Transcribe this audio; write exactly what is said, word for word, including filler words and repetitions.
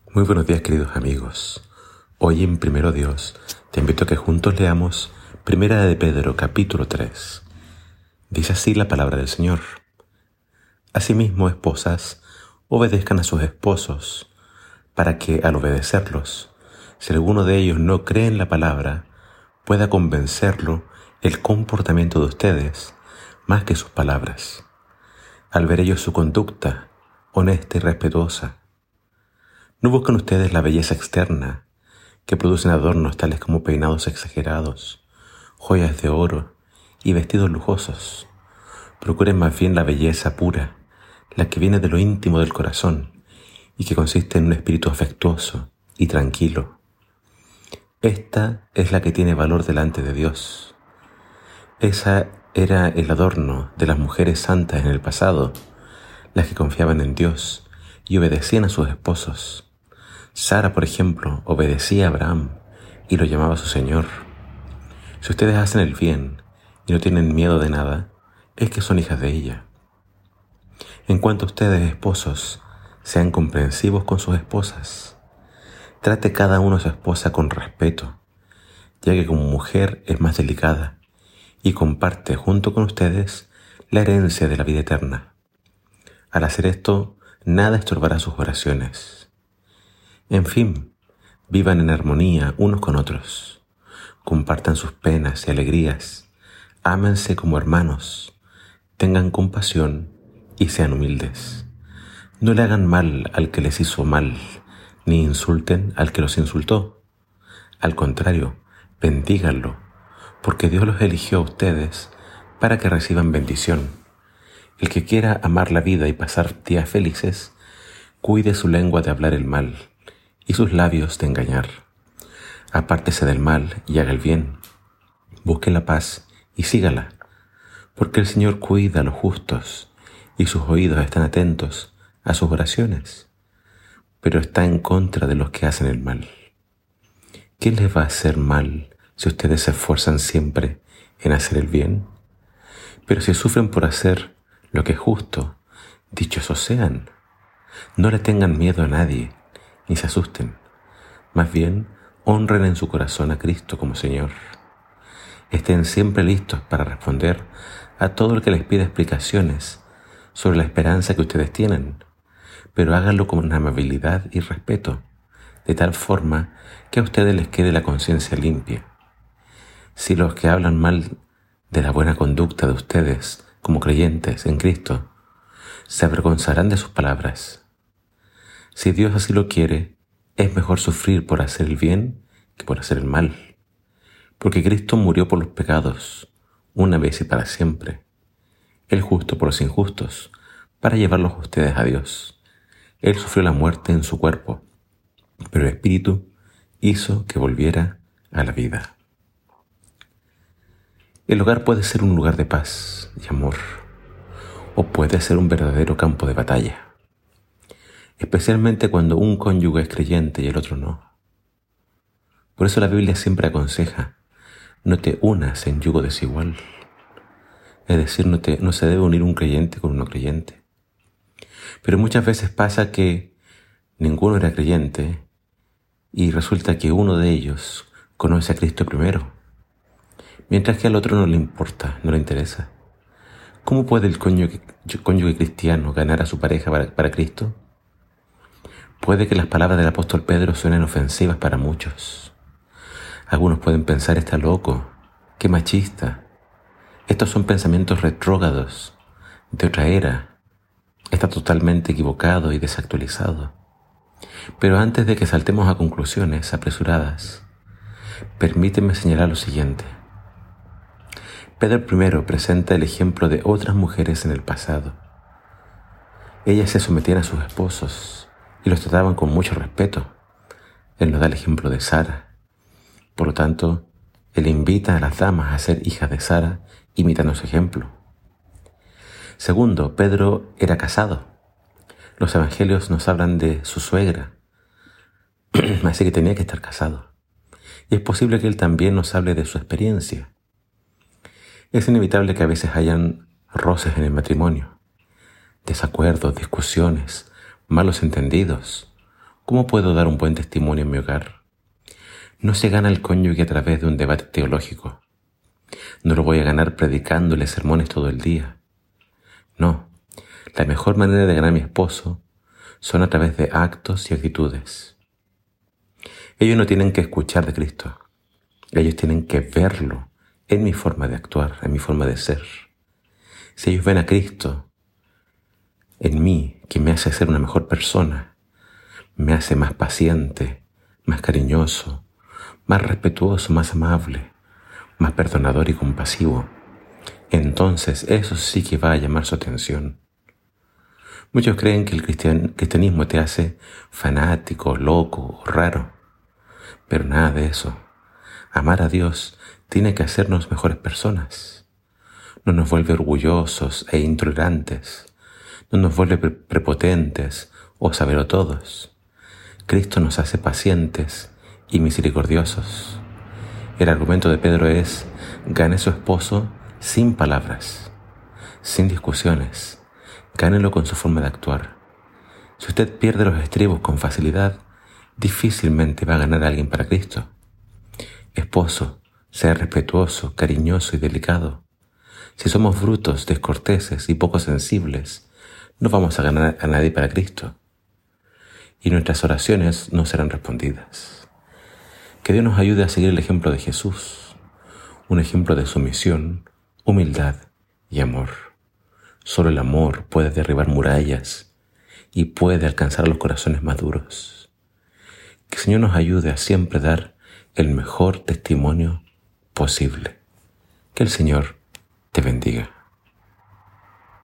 Muy buenos días, queridos amigos. Hoy en Primero Dios te invito a que juntos leamos Primera de Pedro capítulo tres. Dice así la palabra del Señor. Asimismo, esposas, obedezcan a sus esposos, para que, al obedecerlos, si alguno de ellos no cree en la palabra, pueda convencerlo el comportamiento de ustedes más que sus palabras, al ver ellos su conducta honesta y respetuosa. No buscan ustedes la belleza externa, que producen adornos tales como peinados exagerados, joyas de oro y vestidos lujosos. Procuren más bien la belleza pura, la que viene de lo íntimo del corazón y que consiste en un espíritu afectuoso y tranquilo. Esta es la que tiene valor delante de Dios. Esa era el adorno de las mujeres santas en el pasado, las que confiaban en Dios y obedecían a sus esposos. Sara, por ejemplo, obedecía a Abraham y lo llamaba su Señor. Si ustedes hacen el bien y no tienen miedo de nada, es que son hijas de ella. En cuanto a ustedes, esposos, sean comprensivos con sus esposas. Trate cada uno a su esposa con respeto, ya que como mujer es más delicada y comparte junto con ustedes la herencia de la vida eterna. Al hacer esto, nada estorbará sus oraciones. En fin, vivan en armonía unos con otros, compartan sus penas y alegrías, ámense como hermanos, tengan compasión y sean humildes. No le hagan mal al que les hizo mal, ni insulten al que los insultó. Al contrario, bendíganlo, porque Dios los eligió a ustedes para que reciban bendición. El que quiera amar la vida y pasar días felices, cuide su lengua de hablar el mal y sus labios de engañar. Apártese del mal y haga el bien. Busque la paz y sígala, porque el Señor cuida a los justos y sus oídos están atentos a sus oraciones, pero está en contra de los que hacen el mal. ¿Qué les va a hacer mal si ustedes se esfuerzan siempre en hacer el bien? Pero si sufren por hacer lo que es justo, dichosos sean. No le tengan miedo a nadie, ni se asusten. Más bien, honren en su corazón a Cristo como Señor. Estén siempre listos para responder a todo el que les pida explicaciones sobre la esperanza que ustedes tienen, pero háganlo con amabilidad y respeto, de tal forma que a ustedes les quede la conciencia limpia. Si los que hablan mal de la buena conducta de ustedes como creyentes en Cristo, se avergonzarán de sus palabras. Si Dios así lo quiere, es mejor sufrir por hacer el bien que por hacer el mal, porque Cristo murió por los pecados, una vez y para siempre, el justo por los injustos, para llevarlos a ustedes a Dios. Él sufrió la muerte en su cuerpo, pero el Espíritu hizo que volviera a la vida. El hogar puede ser un lugar de paz y amor, o puede ser un verdadero campo de batalla, especialmente cuando un cónyuge es creyente y el otro no. Por eso la Biblia siempre aconseja, no te unas en yugo desigual. Es decir, no, te, no se debe unir un creyente con un no creyente. Pero muchas veces pasa que ninguno era creyente y resulta que uno de ellos conoce a Cristo primero, mientras que al otro no le importa, no le interesa. ¿Cómo puede el cónyuge, cónyuge cristiano ganar a su pareja para, para Cristo? Puede que las palabras del apóstol Pedro suenen ofensivas para muchos. Algunos pueden pensar, está loco, qué machista. Estos son pensamientos retrógrados de otra era. Está totalmente equivocado y desactualizado. Pero antes de que saltemos a conclusiones apresuradas, permíteme señalar lo siguiente. Pedro primero presenta el ejemplo de otras mujeres en el pasado. Ellas se sometían a sus esposos y los trataban con mucho respeto. Él nos da el ejemplo de Sara. Por lo tanto, él invita a las damas a ser hijas de Sara, imitando su ejemplo. Segundo, Pedro era casado. Los evangelios nos hablan de su suegra, así que tenía que estar casado. Y es posible que él también nos hable de su experiencia. Es inevitable que a veces hayan roces en el matrimonio, desacuerdos, discusiones, malos entendidos, ¿Cómo puedo dar un buen testimonio en mi hogar? No se gana el cónyuge a través de un debate teológico. No lo voy a ganar predicándole sermones todo el día. No, la mejor manera de ganar a mi esposo son a través de actos y actitudes. Ellos no tienen que escuchar de Cristo. Ellos tienen que verlo en mi forma de actuar, en mi forma de ser. Si ellos ven a Cristo en mí, que me hace ser una mejor persona, me hace más paciente, más cariñoso, más respetuoso, más amable, más perdonador y compasivo, entonces eso sí que va a llamar su atención. Muchos creen que el cristian, cristianismo te hace fanático, loco o raro, pero nada de eso. Amar a Dios tiene que hacernos mejores personas. No nos vuelve orgullosos e intolerantes, no nos vuelve pre- prepotentes o sabelotodos. Cristo nos hace pacientes y misericordiosos. El argumento de Pedro es: gane a su esposo sin palabras, sin discusiones. Gánelo con su forma de actuar. Si usted pierde los estribos con facilidad, difícilmente va a ganar a alguien para Cristo. Esposo, sea respetuoso, cariñoso y delicado. Si somos brutos, descorteses y poco sensibles, no vamos a ganar a nadie para Cristo. Y nuestras oraciones no serán respondidas. Que Dios nos ayude a seguir el ejemplo de Jesús, un ejemplo de sumisión, humildad y amor. Solo el amor puede derribar murallas y puede alcanzar los corazones más duros. Que el Señor nos ayude a siempre dar el mejor testimonio posible. Que el Señor te bendiga.